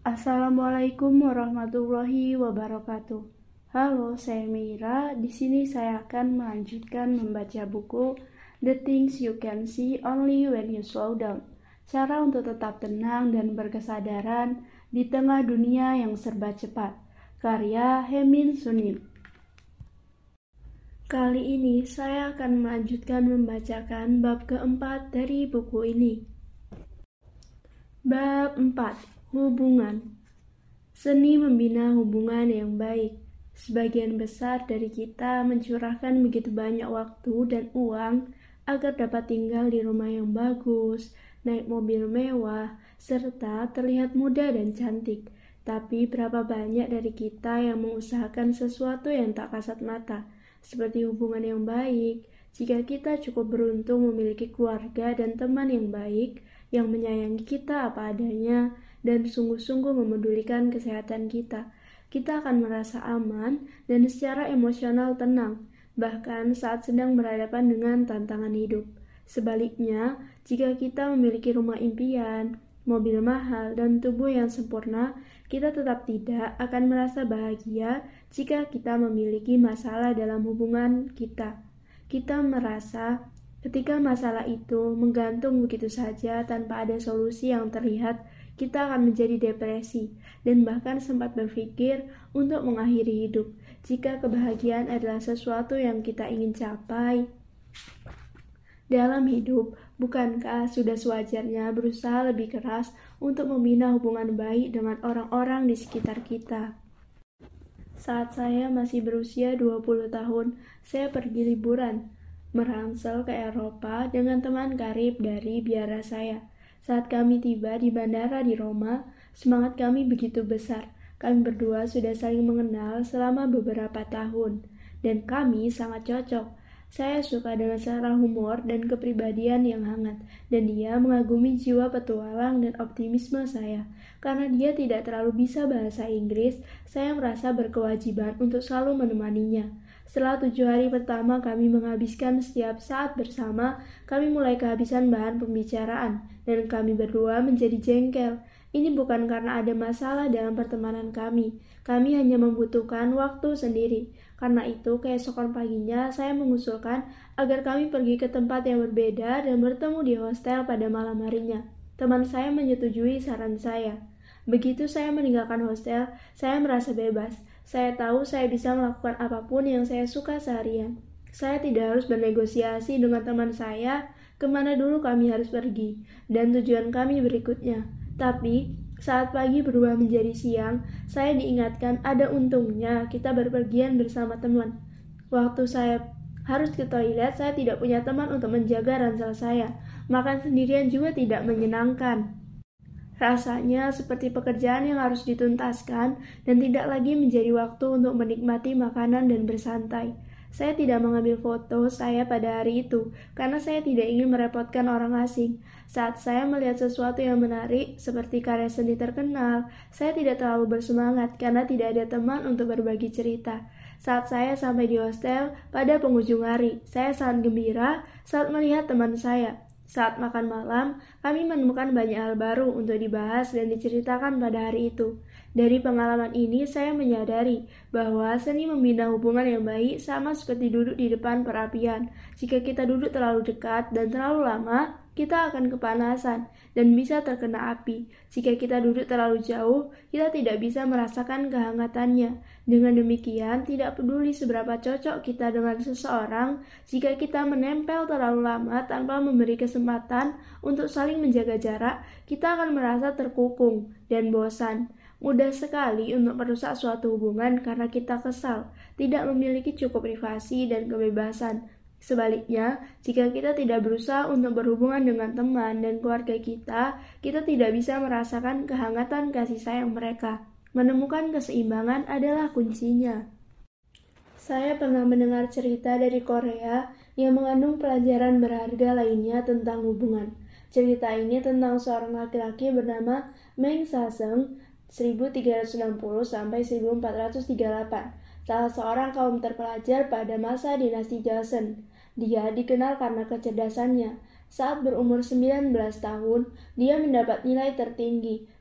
Assalamualaikum warahmatullahi wabarakatuh. Halo, saya Meira. Di sini saya akan melanjutkan membaca buku The Things You Can See Only When You Slow Down. Cara untuk tetap tenang dan berkesadaran di tengah dunia yang serba cepat. Karya Hemin Sunim. Kali ini saya akan melanjutkan membacakan bab keempat dari buku ini. Bab 4. Hubungan. Seni membina hubungan yang baik. Sebagian besar dari kita mencurahkan begitu banyak waktu dan uang agar dapat tinggal di rumah yang bagus, naik mobil mewah, serta terlihat muda dan cantik. Tapi berapa banyak dari kita yang mengusahakan sesuatu yang tak kasat mata, seperti hubungan yang baik. Jika kita cukup beruntung memiliki keluarga dan teman yang baik, yang menyayangi kita apa adanya, dan sungguh-sungguh memedulikan kesehatan kita, kita akan merasa aman dan secara emosional tenang, bahkan saat sedang berhadapan dengan tantangan hidup. Sebaliknya, jika kita memiliki rumah impian, mobil mahal, dan tubuh yang sempurna, kita tetap tidak akan merasa bahagia jika kita memiliki masalah dalam hubungan kita. Kita merasa ketika masalah itu menggantung begitu saja tanpa ada solusi yang terlihat, kita akan menjadi depresi dan bahkan sempat berpikir untuk mengakhiri hidup jika kebahagiaan adalah sesuatu yang kita ingin capai. Dalam hidup, bukankah sudah sewajarnya berusaha lebih keras untuk membina hubungan baik dengan orang-orang di sekitar kita? Saat saya masih berusia 20 tahun, saya pergi liburan merangsel ke Eropa dengan teman karib dari biara saya. Saat kami tiba di bandara di Roma, semangat kami begitu besar. Kami berdua sudah saling mengenal selama beberapa tahun, dan kami sangat cocok. Saya suka dengan cara humor dan kepribadian yang hangat, dan dia mengagumi jiwa petualang dan optimisme saya. Karena dia tidak terlalu bisa bahasa Inggris, saya merasa berkewajiban untuk selalu menemaninya. Setelah 7 hari pertama kami menghabiskan setiap saat bersama, kami mulai kehabisan bahan pembicaraan, dan kami berdua menjadi jengkel. Ini bukan karena ada masalah dalam pertemanan kami hanya membutuhkan waktu sendiri. Karena itu, keesokan paginya saya mengusulkan agar kami pergi ke tempat yang berbeda dan bertemu di hostel pada malam harinya. Teman saya menyetujui saran saya. Begitu saya meninggalkan hostel, saya merasa bebas. Saya tahu saya bisa melakukan apapun yang saya suka seharian. Saya tidak harus bernegosiasi dengan teman saya kemana dulu kami harus pergi dan tujuan kami berikutnya. Tapi, saat pagi berubah menjadi siang, saya diingatkan ada untungnya kita berpergian bersama teman. Waktu saya harus ke toilet, saya tidak punya teman untuk menjaga ransel saya. Makan sendirian juga tidak menyenangkan. Rasanya seperti pekerjaan yang harus dituntaskan dan tidak lagi menjadi waktu untuk menikmati makanan dan bersantai. Saya tidak mengambil foto saya pada hari itu karena saya tidak ingin merepotkan orang asing. Saat saya melihat sesuatu yang menarik seperti karya seni terkenal, saya tidak terlalu bersemangat karena tidak ada teman untuk berbagi cerita. Saat saya sampai di hostel pada penghujung hari, saya sangat gembira saat melihat teman saya. Saat makan malam, kami menemukan banyak hal baru untuk dibahas dan diceritakan pada hari itu. Dari pengalaman ini, saya menyadari bahwa seni membina hubungan yang baik sama seperti duduk di depan perapian. Jika kita duduk terlalu dekat dan terlalu lama, kita akan kepanasan dan bisa terkena api. Jika kita duduk terlalu jauh, kita tidak bisa merasakan kehangatannya. Dengan demikian, tidak peduli seberapa cocok kita dengan seseorang, jika kita menempel terlalu lama tanpa memberi kesempatan untuk saling menjaga jarak, kita akan merasa terkukung dan bosan. Mudah sekali untuk merusak suatu hubungan karena kita kesal, tidak memiliki cukup privasi dan kebebasan. Sebaliknya, jika kita tidak berusaha untuk berhubungan dengan teman dan keluarga kita tidak bisa merasakan kehangatan kasih sayang mereka. Menemukan keseimbangan adalah kuncinya. Saya pernah mendengar cerita dari Korea yang mengandung pelajaran berharga lainnya tentang hubungan. Cerita ini tentang seorang laki-laki bernama Meng Sa-seung 1360–1438, salah seorang kaum terpelajar pada masa dinasti Joseon. Dia dikenal karena kecerdasannya. Saat berumur 19 tahun, dia mendapat nilai tertinggi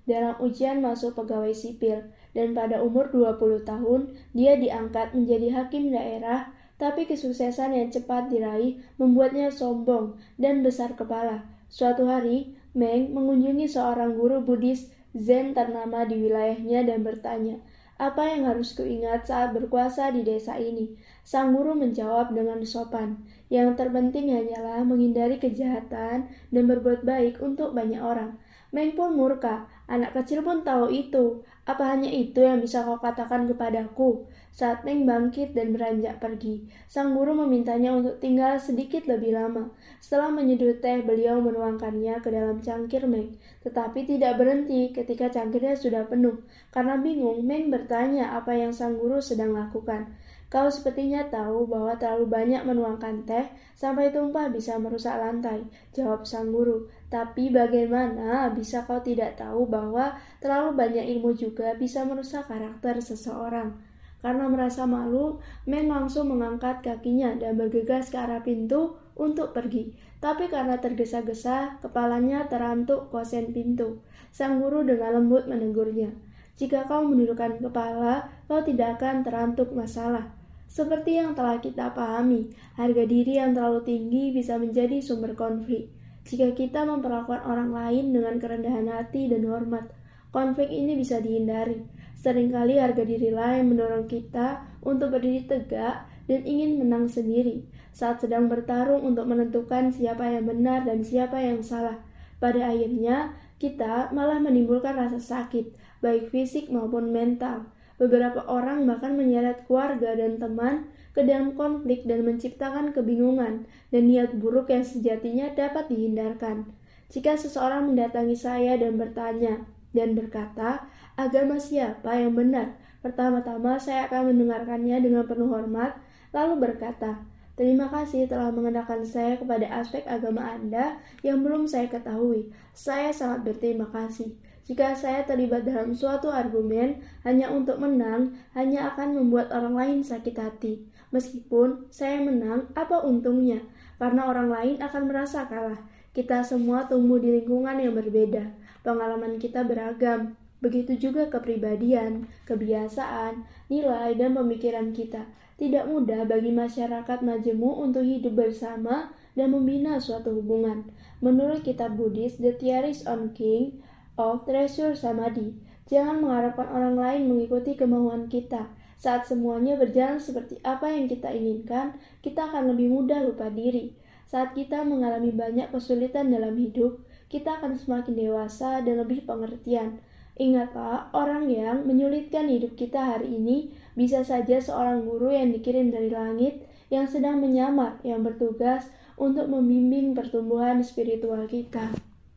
dalam ujian masuk pegawai sipil, dan pada umur 20 tahun dia diangkat menjadi hakim daerah, tapi kesuksesan yang cepat diraih membuatnya sombong dan besar kepala. Suatu hari, Meng mengunjungi seorang guru Buddhis Zen ternama di wilayahnya dan bertanya, "Apa yang harus kuingat saat berkuasa di desa ini?" Sang guru menjawab dengan sopan, "Yang terpenting hanyalah menghindari kejahatan dan berbuat baik untuk banyak orang." Meng pun murka, "Anak kecil pun tahu itu. Apa hanya itu yang bisa kau katakan kepadaku?" Saat Meng bangkit dan beranjak pergi, sang guru memintanya untuk tinggal sedikit lebih lama. Setelah menyeduh teh, beliau menuangkannya ke dalam cangkir Meng, tetapi tidak berhenti ketika cangkirnya sudah penuh. Karena bingung, Meng bertanya apa yang sang guru sedang lakukan. "Kau sepertinya tahu bahwa terlalu banyak menuangkan teh sampai tumpah bisa merusak lantai," jawab sang guru. "Tapi bagaimana bisa kau tidak tahu bahwa terlalu banyak ilmu juga bisa merusak karakter seseorang?" Karena merasa malu, Meng langsung mengangkat kakinya dan bergegas ke arah pintu untuk pergi. Tapi karena tergesa-gesa, kepalanya terantuk kosen pintu. Sang guru dengan lembut menegurnya, "Jika kau menundukkan kepala, kau tidak akan terantuk masalah." Seperti yang telah kita pahami, harga diri yang terlalu tinggi bisa menjadi sumber konflik. Jika kita memperlakukan orang lain dengan kerendahan hati dan hormat, konflik ini bisa dihindari. Seringkali harga dirilah yang mendorong kita untuk berdiri tegak dan ingin menang sendiri saat sedang bertarung untuk menentukan siapa yang benar dan siapa yang salah. Pada akhirnya, kita malah menimbulkan rasa sakit, baik fisik maupun mental. Beberapa orang bahkan menyeret keluarga dan teman ke dalam konflik dan menciptakan kebingungan dan niat buruk yang sejatinya dapat dihindarkan. Jika seseorang mendatangi saya dan bertanya dan berkata, "Agama siapa yang benar?" Pertama-tama saya akan mendengarkannya dengan penuh hormat, lalu berkata, "Terima kasih telah mengenalkan saya kepada aspek agama Anda yang belum saya ketahui. Saya sangat berterima kasih. Jika saya terlibat dalam suatu argumen hanya untuk menang, hanya akan membuat orang lain sakit hati. Meskipun saya menang, apa untungnya? Karena orang lain akan merasa kalah. Kita semua tumbuh di lingkungan yang berbeda. Pengalaman kita beragam. Begitu juga kepribadian, kebiasaan, nilai, dan pemikiran kita. Tidak mudah bagi masyarakat majemuk untuk hidup bersama dan membina suatu hubungan. Menurut kitab Buddhis The Theories on King of Treasure Samadhi, jangan mengharapkan orang lain mengikuti kemauan kita. Saat semuanya berjalan seperti apa yang kita inginkan, kita akan lebih mudah lupa diri. Saat kita mengalami banyak kesulitan dalam hidup, kita akan semakin dewasa dan lebih pengertian. Ingatlah, orang yang menyulitkan hidup kita hari ini bisa saja seorang guru yang dikirim dari langit yang sedang menyamar, yang bertugas untuk membimbing pertumbuhan spiritual kita.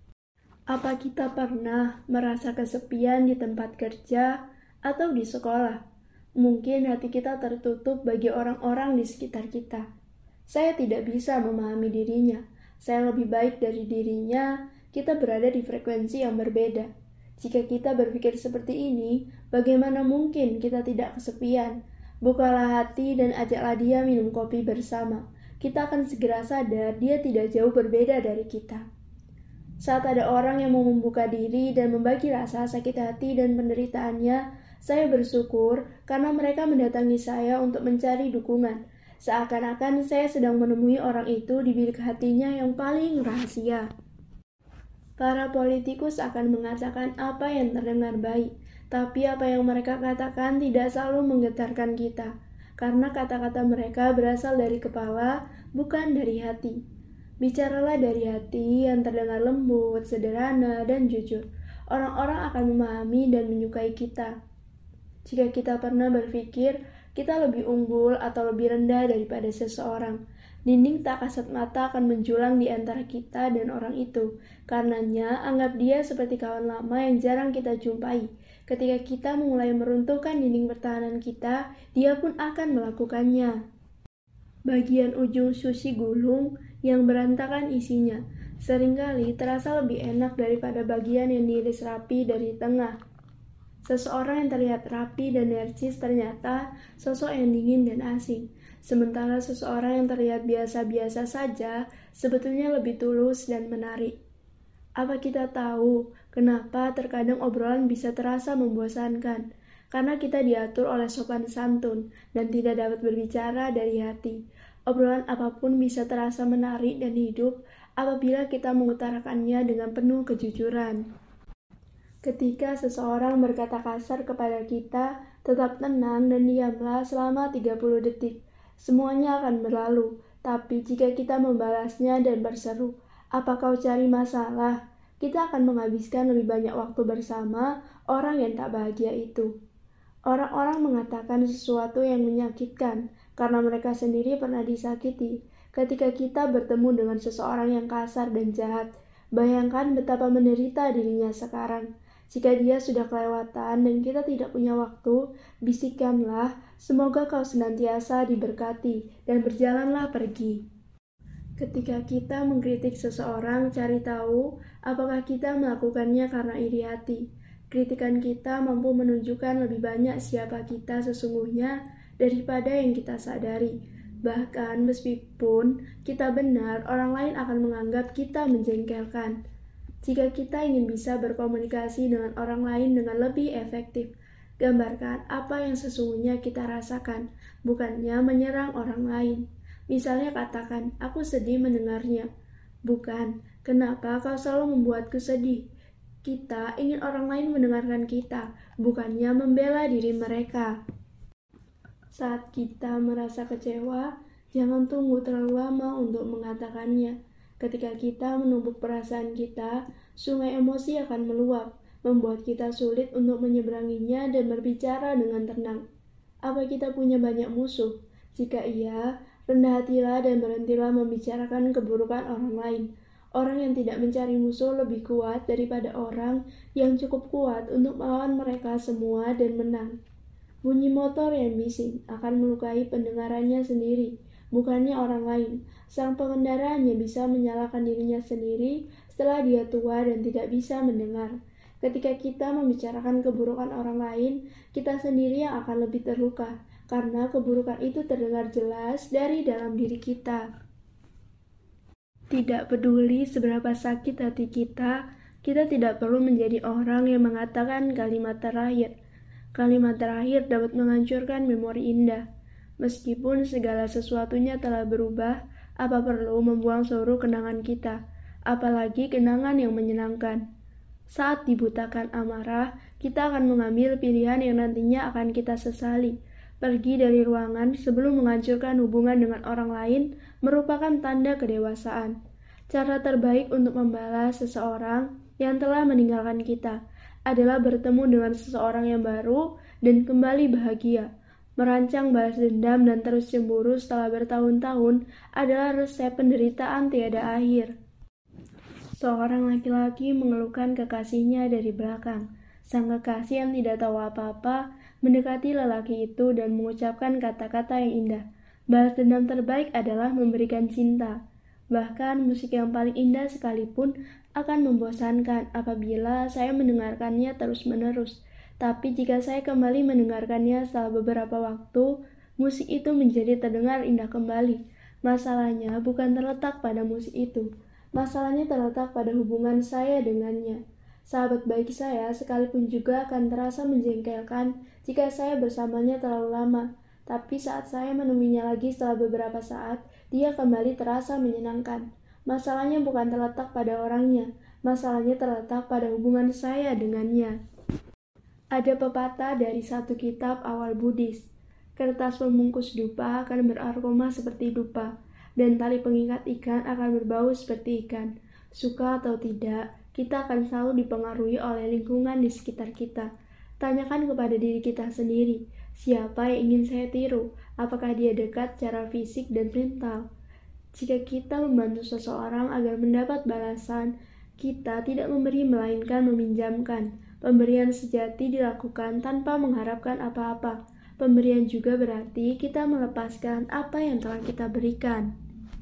Apa kita pernah merasa kesepian di tempat kerja atau di sekolah? Mungkin hati kita tertutup bagi orang-orang di sekitar kita. Saya tidak bisa memahami dirinya. Saya lebih baik dari dirinya. Kita berada di frekuensi yang berbeda. Jika kita berpikir seperti ini, bagaimana mungkin kita tidak kesepian? Bukalah hati dan ajaklah dia minum kopi bersama. Kita akan segera sadar dia tidak jauh berbeda dari kita. Saat ada orang yang mau membuka diri dan membagi rasa sakit hati dan penderitaannya, saya bersyukur karena mereka mendatangi saya untuk mencari dukungan. Seakan-akan saya sedang menemui orang itu di bilik hatinya yang paling rahasia. Para politikus akan mengatakan apa yang terdengar baik, tapi apa yang mereka katakan tidak selalu menggetarkan kita, karena kata-kata mereka berasal dari kepala, bukan dari hati. Bicaralah dari hati yang terdengar lembut, sederhana, dan jujur. Orang-orang akan memahami dan menyukai kita. Jika kita pernah berpikir kita lebih unggul atau lebih rendah daripada seseorang, dinding tak kasat mata akan menjulang di antara kita dan orang itu. Karenanya, anggap dia seperti kawan lama yang jarang kita jumpai. Ketika kita mulai meruntuhkan dinding pertahanan kita, dia pun akan melakukannya. Bagian ujung sushi gulung yang berantakan isinya seringkali terasa lebih enak daripada bagian yang diiris rapi dari tengah. Seseorang yang terlihat rapi dan narsis ternyata sosok yang dingin dan asing. Sementara seseorang yang terlihat biasa-biasa saja sebetulnya lebih tulus dan menarik. Apa kita tahu Kenapa terkadang obrolan bisa terasa membosankan? Karena kita diatur oleh sopan santun dan tidak dapat berbicara dari hati. Obrolan apapun bisa terasa menarik dan hidup apabila kita mengutarakannya dengan penuh kejujuran. Ketika seseorang berkata kasar kepada kita, tetap tenang dan diamlah selama 30 detik. Semuanya akan berlalu, tapi jika kita membalasnya dan berseru, "Apa kau cari masalah?" kita akan menghabiskan lebih banyak waktu bersama orang yang tak bahagia itu. Orang-orang mengatakan sesuatu yang menyakitkan karena mereka sendiri pernah disakiti. Ketika kita bertemu dengan seseorang yang kasar dan jahat, bayangkan betapa menderita dirinya sekarang. Jika dia sudah kelewatan dan kita tidak punya waktu, bisikanlah, "Semoga kau senantiasa diberkati dan berjalanlah pergi." Ketika kita mengkritik seseorang, cari tahu apakah kita melakukannya karena iri hati. Kritikan kita mampu menunjukkan lebih banyak siapa kita sesungguhnya daripada yang kita sadari. Bahkan meskipun kita benar, orang lain akan menganggap kita menjengkelkan. Jika kita ingin bisa berkomunikasi dengan orang lain dengan lebih efektif, gambarkan apa yang sesungguhnya kita rasakan, bukannya menyerang orang lain. Misalnya katakan, "Aku sedih mendengarnya." Bukan, "Kenapa kau selalu membuatku sedih?" Kita ingin orang lain mendengarkan kita, bukannya membela diri mereka. Saat kita merasa kecewa, jangan tunggu terlalu lama untuk mengatakannya. Ketika kita menumpuk perasaan kita, sungai emosi akan meluap, membuat kita sulit untuk menyeberanginya dan berbicara dengan tenang. Apa kita punya banyak musuh? Jika iya, rendah hatilah dan berhentilah membicarakan keburukan orang lain. Orang yang tidak mencari musuh lebih kuat daripada orang yang cukup kuat untuk melawan mereka semua dan menang. Bunyi motor yang bising akan melukai pendengarannya sendiri, bukannya orang lain. Sang pengendara hanya bisa menyalahkan dirinya sendiri setelah dia tua dan tidak bisa mendengar. Ketika kita membicarakan keburukan orang lain, kita sendiri yang akan lebih terluka, karena keburukan itu terdengar jelas dari dalam diri kita. Tidak peduli seberapa sakit hati kita tidak perlu menjadi orang yang mengatakan kalimat terakhir. Kalimat terakhir dapat menghancurkan memori indah. Meskipun segala sesuatunya telah berubah, apa perlu membuang seluruh kenangan kita, apalagi kenangan yang menyenangkan. Saat dibutakan amarah, kita akan mengambil pilihan yang nantinya akan kita sesali. Pergi dari ruangan sebelum menghancurkan hubungan dengan orang lain merupakan tanda kedewasaan. Cara terbaik untuk membalas seseorang yang telah meninggalkan kita adalah bertemu dengan seseorang yang baru dan kembali bahagia. Merancang balas dendam dan terus cemburu setelah bertahun-tahun adalah resep penderitaan tiada akhir. Seorang laki-laki mengeluhkan kekasihnya dari belakang. Sang kekasih yang tidak tahu apa-apa mendekati lelaki itu dan mengucapkan kata-kata yang indah. Balas dendam terbaik adalah memberikan cinta. Bahkan musik yang paling indah sekalipun akan membosankan apabila saya mendengarkannya terus-menerus. Tapi jika saya kembali mendengarkannya setelah beberapa waktu, musik itu menjadi terdengar indah kembali. Masalahnya bukan terletak pada musik itu. Masalahnya terletak pada hubungan saya dengannya. Sahabat baik saya sekalipun juga akan terasa menjengkelkan jika saya bersamanya terlalu lama. Tapi saat saya menemuinya lagi setelah beberapa saat, dia kembali terasa menyenangkan. Masalahnya bukan terletak pada orangnya, masalahnya terletak pada hubungan saya dengannya. Ada pepatah dari satu kitab awal Buddhis. Kertas pembungkus dupa akan beraroma seperti dupa, dan tali pengikat ikan akan berbau seperti ikan. Suka atau tidak, kita akan selalu dipengaruhi oleh lingkungan di sekitar kita. Tanyakan kepada diri kita sendiri, siapa yang ingin saya tiru? Apakah dia dekat secara fisik dan mental? Jika kita membantu seseorang agar mendapat balasan, kita tidak memberi melainkan meminjamkan. Pemberian sejati dilakukan tanpa mengharapkan apa-apa. Pemberian juga berarti kita melepaskan apa yang telah kita berikan.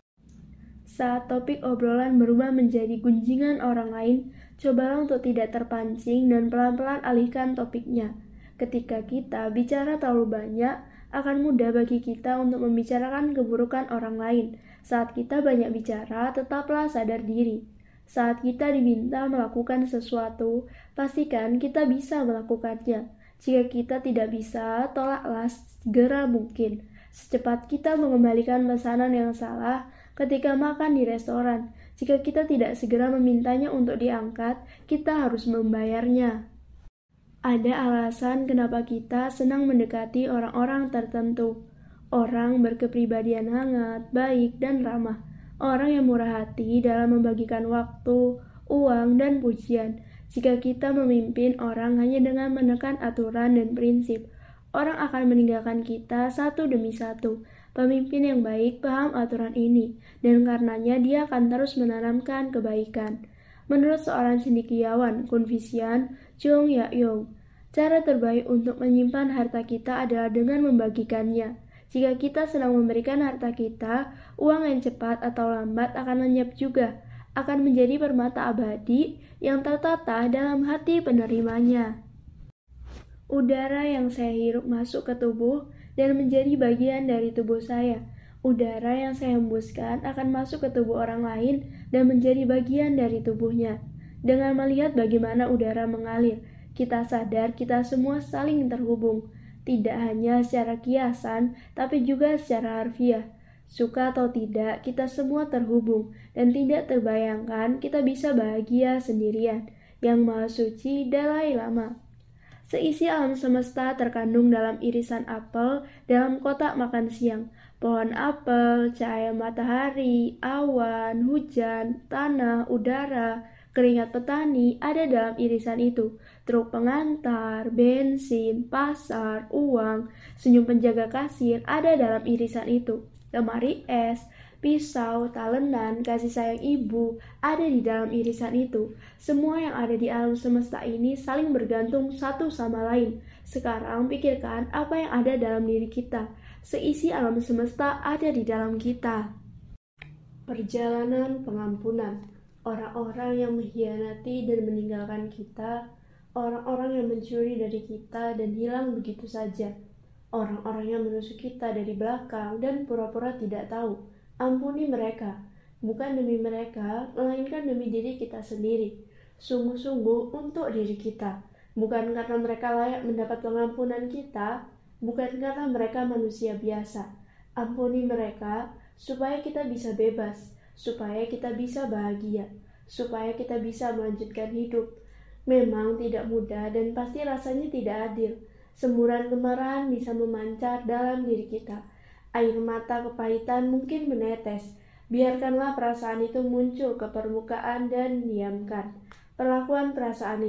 Saat topik obrolan berubah menjadi gunjingan orang lain, cobalah untuk tidak terpancing dan pelan-pelan alihkan topiknya. Ketika kita bicara terlalu banyak, akan mudah bagi kita untuk membicarakan keburukan orang lain. Saat kita banyak bicara, tetaplah sadar diri. Saat kita diminta melakukan sesuatu, pastikan kita bisa melakukannya. Jika kita tidak bisa, tolaklah segera mungkin. Secepat kita mengembalikan pesanan yang salah ketika makan di restoran. Jika kita tidak segera memintanya untuk diangkat, kita harus membayarnya. Ada alasan kenapa kita senang mendekati orang-orang tertentu. Orang berkepribadian hangat, baik, dan ramah. Orang yang murah hati dalam membagikan waktu, uang, dan pujian. Jika kita memimpin orang hanya dengan menekan aturan dan prinsip, orang akan meninggalkan kita satu demi satu. Pemimpin yang baik paham aturan ini, dan karenanya dia akan terus menanamkan kebaikan. Menurut seorang cendekiawan Konfusian, Jung Ya-yong, cara terbaik untuk menyimpan harta kita adalah dengan membagikannya. Jika kita sedang memberikan harta kita, uang yang cepat atau lambat akan lenyap juga, akan menjadi permata abadi yang tertata dalam hati penerimanya. Udara yang saya hirup masuk ke tubuh dan menjadi bagian dari tubuh saya. Udara yang saya hembuskan akan masuk ke tubuh orang lain dan menjadi bagian dari tubuhnya. Dengan melihat bagaimana udara mengalir, kita sadar kita semua saling terhubung. Tidak hanya secara kiasan, tapi juga secara harfiah. Suka atau tidak, kita semua terhubung dan tidak terbayangkan kita bisa bahagia sendirian. Yang Maha Suci Dalai Lama. Seisi alam semesta terkandung dalam irisan apel dalam kotak makan siang. Pohon apel, cahaya matahari, awan, hujan, tanah, udara, keringat petani ada dalam irisan itu. Truk pengantar, bensin, pasar, uang, senyum penjaga kasir ada dalam irisan itu. Lemari es, pisau, talenan, kasih sayang ibu ada di dalam irisan itu. Semua yang ada di alam semesta ini saling bergantung satu sama lain. Sekarang pikirkan apa yang ada dalam diri kita. Seisi alam semesta ada di dalam kita. Perjalanan pengampunan. Orang-orang yang mengkhianati dan meninggalkan kita, orang-orang yang mencuri dari kita dan hilang begitu saja, orang-orang yang menusuk kita dari belakang dan pura-pura tidak tahu. Ampuni mereka, bukan demi mereka, melainkan demi diri kita sendiri. Sungguh-sungguh untuk diri kita, bukan karena mereka layak mendapat pengampunan kita, bukan karena mereka manusia biasa. Ampuni mereka supaya kita bisa bebas, supaya kita bisa bahagia, supaya kita bisa melanjutkan hidup. Memang tidak mudah dan pasti rasanya tidak adil. Semburan kemarahan bisa memancar dalam diri kita. Air mata kepahitan mungkin menetes. Biarkanlah perasaan itu muncul ke permukaan dan diamkan. Perlakukan perasaan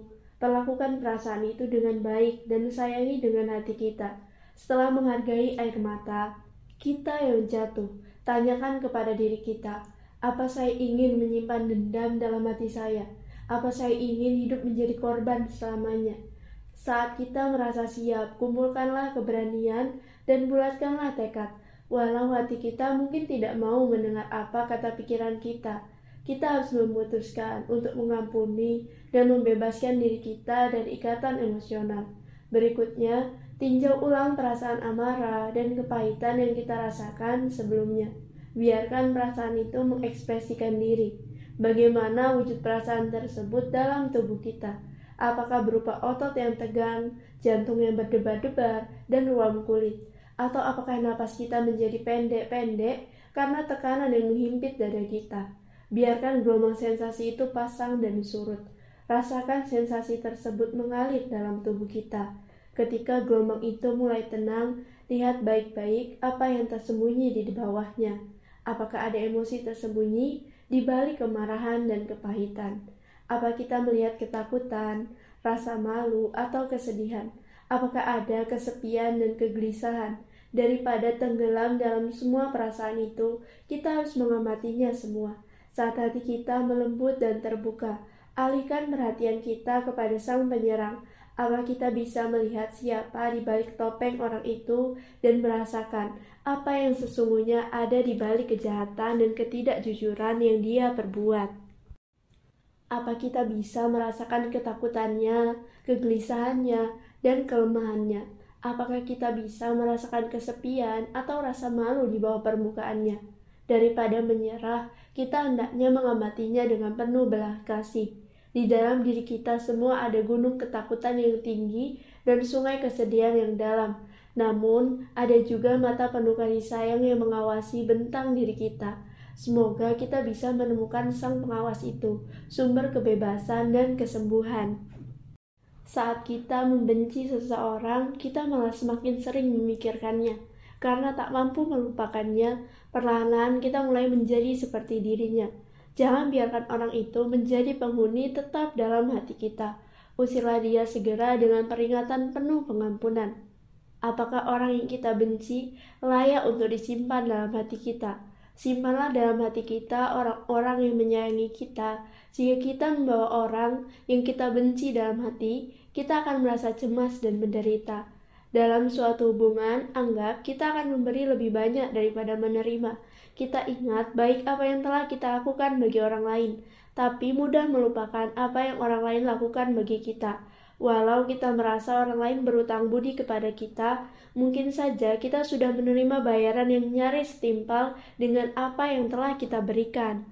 itu dengan baik dan sayangi dengan hati kita. Setelah menghargai air mata kita yang jatuh, tanyakan kepada diri kita, apa saya ingin menyimpan dendam dalam hati saya? Apa saya ingin hidup menjadi korban selamanya? Saat kita merasa siap, kumpulkanlah keberanian dan bulatkanlah tekad. Walau hati kita mungkin tidak mau mendengar apa kata pikiran kita, kita harus memutuskan untuk mengampuni dan membebaskan diri kita dari ikatan emosional. Berikutnya, tinjau ulang perasaan amarah dan kepahitan yang kita rasakan sebelumnya. Biarkan perasaan itu mengekspresikan diri. Bagaimana wujud perasaan tersebut dalam tubuh kita? Apakah berupa otot yang tegang, jantung yang berdebar-debar, dan ruam kulit? Atau apakah napas kita menjadi pendek-pendek karena tekanan yang menghimpit dada kita? Biarkan gelombang sensasi itu pasang dan surut. Rasakan sensasi tersebut mengalir dalam tubuh kita. Ketika gelombang itu mulai tenang, lihat baik-baik apa yang tersembunyi di bawahnya. Apakah ada emosi tersembunyi di balik kemarahan dan kepahitan? Apa kita melihat ketakutan, rasa malu, atau kesedihan? Apakah ada kesepian dan kegelisahan? Daripada tenggelam dalam semua perasaan itu, kita harus mengamatinya semua. Saat hati kita melembut dan terbuka, alihkan perhatian kita kepada sang penyerang. Apa kita bisa melihat siapa di balik topeng orang itu dan merasakan apa yang sesungguhnya ada di balik kejahatan dan ketidakjujuran yang dia perbuat? Apa kita bisa merasakan ketakutannya, kegelisahannya, dan kelemahannya? Apakah kita bisa merasakan kesepian atau rasa malu di bawah permukaannya? Daripada menyerah, kita hendaknya mengamatinya dengan penuh belas kasih. Di dalam diri kita semua ada gunung ketakutan yang tinggi dan sungai kesedihan yang dalam. Namun, ada juga mata penuh kasih sayang yang mengawasi bentang diri kita. Semoga kita bisa menemukan sang pengawas itu, sumber kebebasan dan kesembuhan. Saat kita membenci seseorang, kita malah semakin sering memikirkannya. Karena tak mampu melupakannya, perlahan-lahan kita mulai menjadi seperti dirinya. Jangan biarkan orang itu menjadi penghuni tetap dalam hati kita. Usirlah dia segera dengan peringatan penuh pengampunan. Apakah orang yang kita benci layak untuk disimpan dalam hati kita? Simpanlah dalam hati kita orang-orang yang menyayangi kita. Jika kita membawa orang yang kita benci dalam hati, kita akan merasa cemas dan menderita. Dalam suatu hubungan, anggap kita akan memberi lebih banyak daripada menerima. Kita ingat baik apa yang telah kita lakukan bagi orang lain, tapi mudah melupakan apa yang orang lain lakukan bagi kita. Walau kita merasa orang lain berutang budi kepada kita, mungkin saja kita sudah menerima bayaran yang nyaris setimpal dengan apa yang telah kita berikan.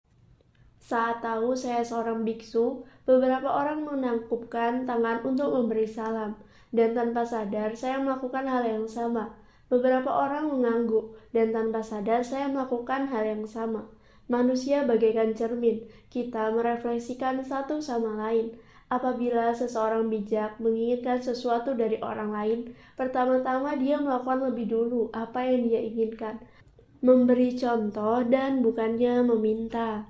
Saat tahu saya seorang biksu, beberapa orang menangkupkan tangan untuk memberi salam, dan tanpa sadar saya melakukan hal yang sama. Beberapa orang mengangguk, dan tanpa sadar saya melakukan hal yang sama. Manusia bagaikan cermin, kita merefleksikan satu sama lain. Apabila seseorang bijak menginginkan sesuatu dari orang lain, pertama-tama dia melakukan lebih dulu apa yang dia inginkan, memberi contoh dan bukannya meminta.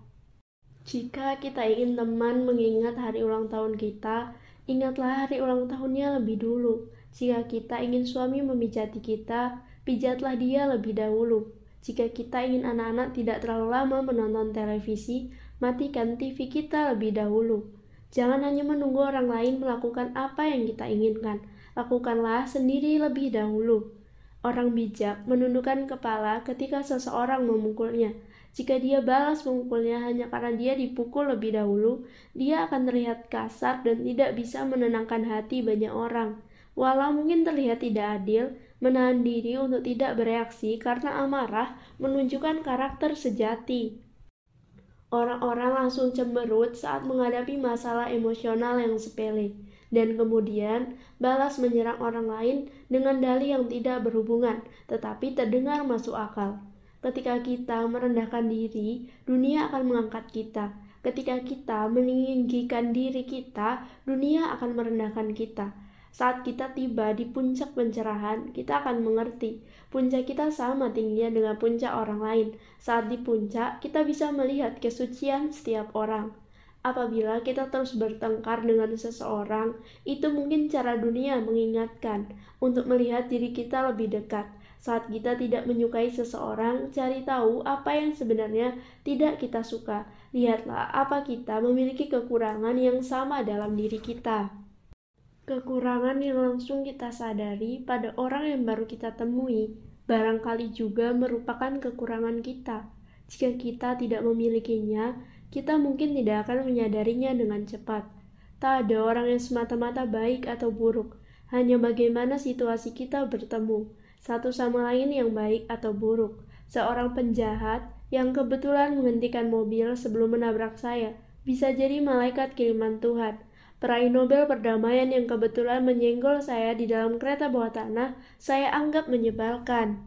Jika kita ingin teman mengingat hari ulang tahun kita, ingatlah hari ulang tahunnya lebih dulu. Jika kita ingin suami memijati kita, pijatlah dia lebih dahulu. Jika kita ingin anak-anak tidak terlalu lama menonton televisi, matikan TV kita lebih dahulu. Jangan hanya menunggu orang lain melakukan apa yang kita inginkan, lakukanlah sendiri lebih dahulu. Orang bijak menundukkan kepala ketika seseorang memukulnya. Jika dia balas memukulnya hanya karena dia dipukul lebih dahulu, dia akan terlihat kasar dan tidak bisa menenangkan hati banyak orang. Walau mungkin terlihat tidak adil, menahan diri untuk tidak bereaksi karena amarah menunjukkan karakter sejati. Orang-orang langsung cemberut saat menghadapi masalah emosional yang sepele, dan kemudian balas menyerang orang lain dengan dalih yang tidak berhubungan, tetapi terdengar masuk akal. Ketika kita merendahkan diri, dunia akan mengangkat kita. Ketika kita meninggikan diri kita, dunia akan merendahkan kita. Saat kita tiba di puncak pencerahan, kita akan mengerti. Puncak kita sama tingginya dengan puncak orang lain. Saat di puncak, kita bisa melihat kesucian setiap orang. Apabila kita terus bertengkar dengan seseorang, itu mungkin cara dunia mengingatkan untuk melihat diri kita lebih dekat. Saat kita tidak menyukai seseorang, cari tahu apa yang sebenarnya tidak kita suka. Lihatlah apa kita memiliki kekurangan yang sama dalam diri kita. Kekurangan yang langsung kita sadari pada orang yang baru kita temui, barangkali juga merupakan kekurangan kita. Jika kita tidak memilikinya, kita mungkin tidak akan menyadarinya dengan cepat. Tak ada orang yang semata-mata baik atau buruk, hanya bagaimana situasi kita bertemu, satu sama lain yang baik atau buruk. Seorang penjahat yang kebetulan menghentikan mobil sebelum menabrak saya, bisa jadi malaikat kiriman Tuhan. Peraih Nobel perdamaian yang kebetulan menyenggol saya di dalam kereta bawah tanah, saya anggap menyebalkan.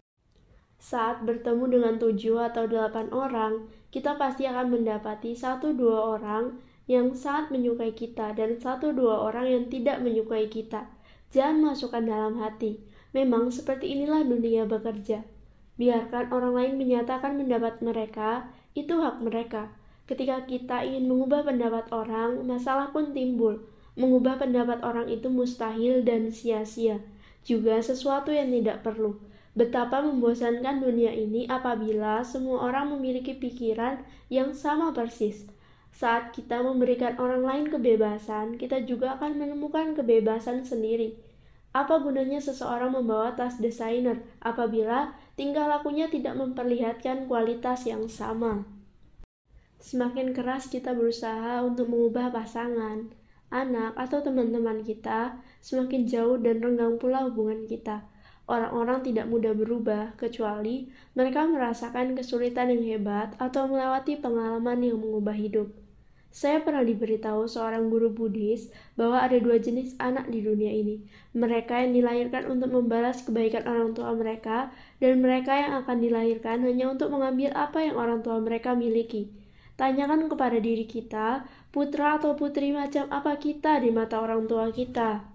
Saat bertemu dengan 7 atau 8 orang, kita pasti akan mendapati 1-2 orang yang sangat menyukai kita dan 1-2 orang yang tidak menyukai kita. Jangan masukkan dalam hati. Memang seperti inilah dunia bekerja. Biarkan orang lain menyatakan pendapat mereka, itu hak mereka. Ketika kita ingin mengubah pendapat orang, masalah pun timbul. Mengubah pendapat orang itu mustahil dan sia-sia. Juga sesuatu yang tidak perlu. Betapa membosankan dunia ini apabila semua orang memiliki pikiran yang sama persis. Saat kita memberikan orang lain kebebasan, kita juga akan menemukan kebebasan sendiri. Apa gunanya seseorang membawa tas desainer apabila tingkah lakunya tidak memperlihatkan kualitas yang sama? Semakin keras kita berusaha untuk mengubah pasangan, anak, atau teman-teman kita, semakin jauh dan renggang pula hubungan kita. Orang-orang tidak mudah berubah kecuali mereka merasakan kesulitan yang hebat atau melewati pengalaman yang mengubah hidup. Saya pernah diberitahu seorang guru Buddhis bahwa ada 2 jenis anak di dunia ini. Mereka yang dilahirkan untuk membalas kebaikan orang tua mereka, dan mereka yang akan dilahirkan hanya untuk mengambil apa yang orang tua mereka miliki. Tanyakan kepada diri kita, putra atau putri macam apa kita di mata orang tua kita.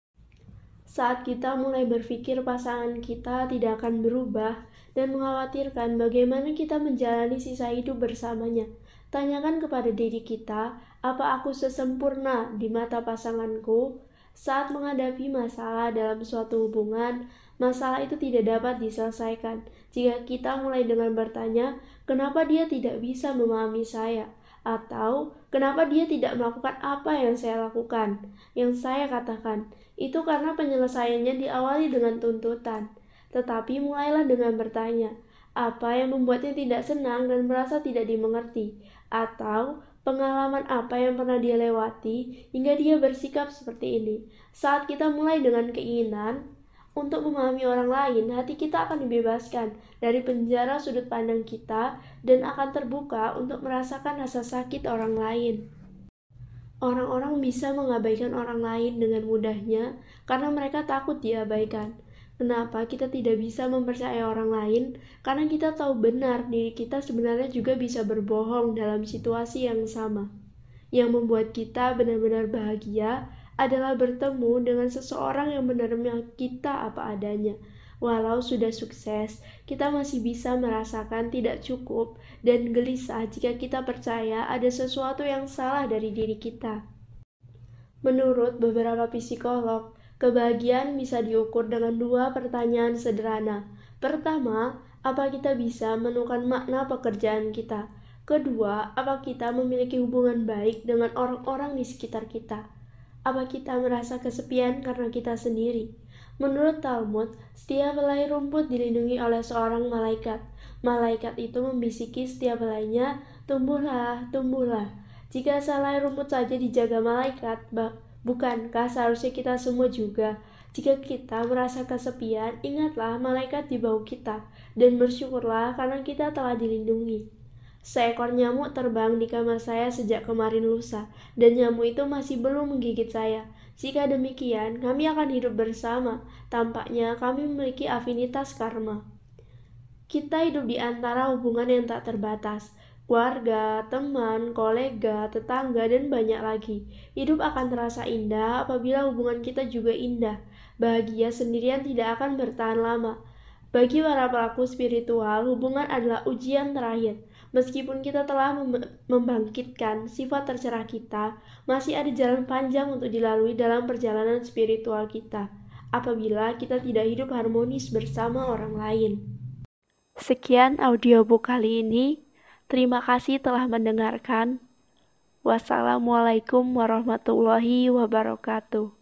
Saat kita mulai berpikir pasangan kita tidak akan berubah dan mengkhawatirkan bagaimana kita menjalani sisa hidup bersamanya, tanyakan kepada diri kita, apa aku sesempurna di mata pasanganku? Saat menghadapi masalah dalam suatu hubungan, masalah itu tidak dapat diselesaikan jika kita mulai dengan bertanya, kenapa dia tidak bisa memahami saya? Atau kenapa dia tidak melakukan apa yang saya lakukan, yang saya katakan. Itu karena penyelesaiannya diawali dengan tuntutan. Tetapi mulailah dengan bertanya, apa yang membuatnya tidak senang dan merasa tidak dimengerti? Atau pengalaman apa yang pernah dia lewati hingga dia bersikap seperti ini? Saat kita mulai dengan keinginan untuk memahami orang lain, hati kita akan dibebaskan dari penjara sudut pandang kita dan akan terbuka untuk merasakan rasa sakit orang lain. Orang-orang bisa mengabaikan orang lain dengan mudahnya karena mereka takut diabaikan. Kenapa kita tidak bisa mempercayai orang lain? Karena kita tahu benar diri kita sebenarnya juga bisa berbohong dalam situasi yang sama. Yang membuat kita benar-benar bahagia adalah bertemu dengan seseorang yang menerima kita apa adanya. Walau sudah sukses, kita masih bisa merasakan tidak cukup dan gelisah jika kita percaya ada sesuatu yang salah dari diri kita. Menurut beberapa psikolog, kebahagiaan bisa diukur dengan 2 pertanyaan sederhana. Pertama, apa kita bisa menemukan makna pekerjaan kita? Kedua, apa kita memiliki hubungan baik dengan orang-orang di sekitar kita? Apa kita merasa kesepian karena kita sendiri? Menurut Talmud, setiap helai rumput dilindungi oleh seorang malaikat. Malaikat itu membisiki setiap helainya, tumbuhlah, tumbuhlah. Jika sehelai rumput saja dijaga malaikat, bukankah seharusnya kita semua juga? Jika kita merasa kesepian, ingatlah malaikat di bawah kita, dan bersyukurlah karena kita telah dilindungi. Seekor nyamuk terbang di kamar saya sejak kemarin lusa, dan nyamuk itu masih belum menggigit saya. Jika demikian, kami akan hidup bersama. Tampaknya kami memiliki afinitas karma. Kita hidup di antara hubungan yang tak terbatas. Keluarga, teman, kolega, tetangga, dan banyak lagi. Hidup akan terasa indah apabila hubungan kita juga indah. Bahagia sendirian tidak akan bertahan lama. Bagi para pelaku spiritual, hubungan adalah ujian terakhir. Meskipun kita telah membangkitkan sifat tercerah kita, masih ada jalan panjang untuk dilalui dalam perjalanan spiritual kita, apabila kita tidak hidup harmonis bersama orang lain. Sekian audiobook kali ini. Terima kasih telah mendengarkan. Wassalamualaikum warahmatullahi wabarakatuh.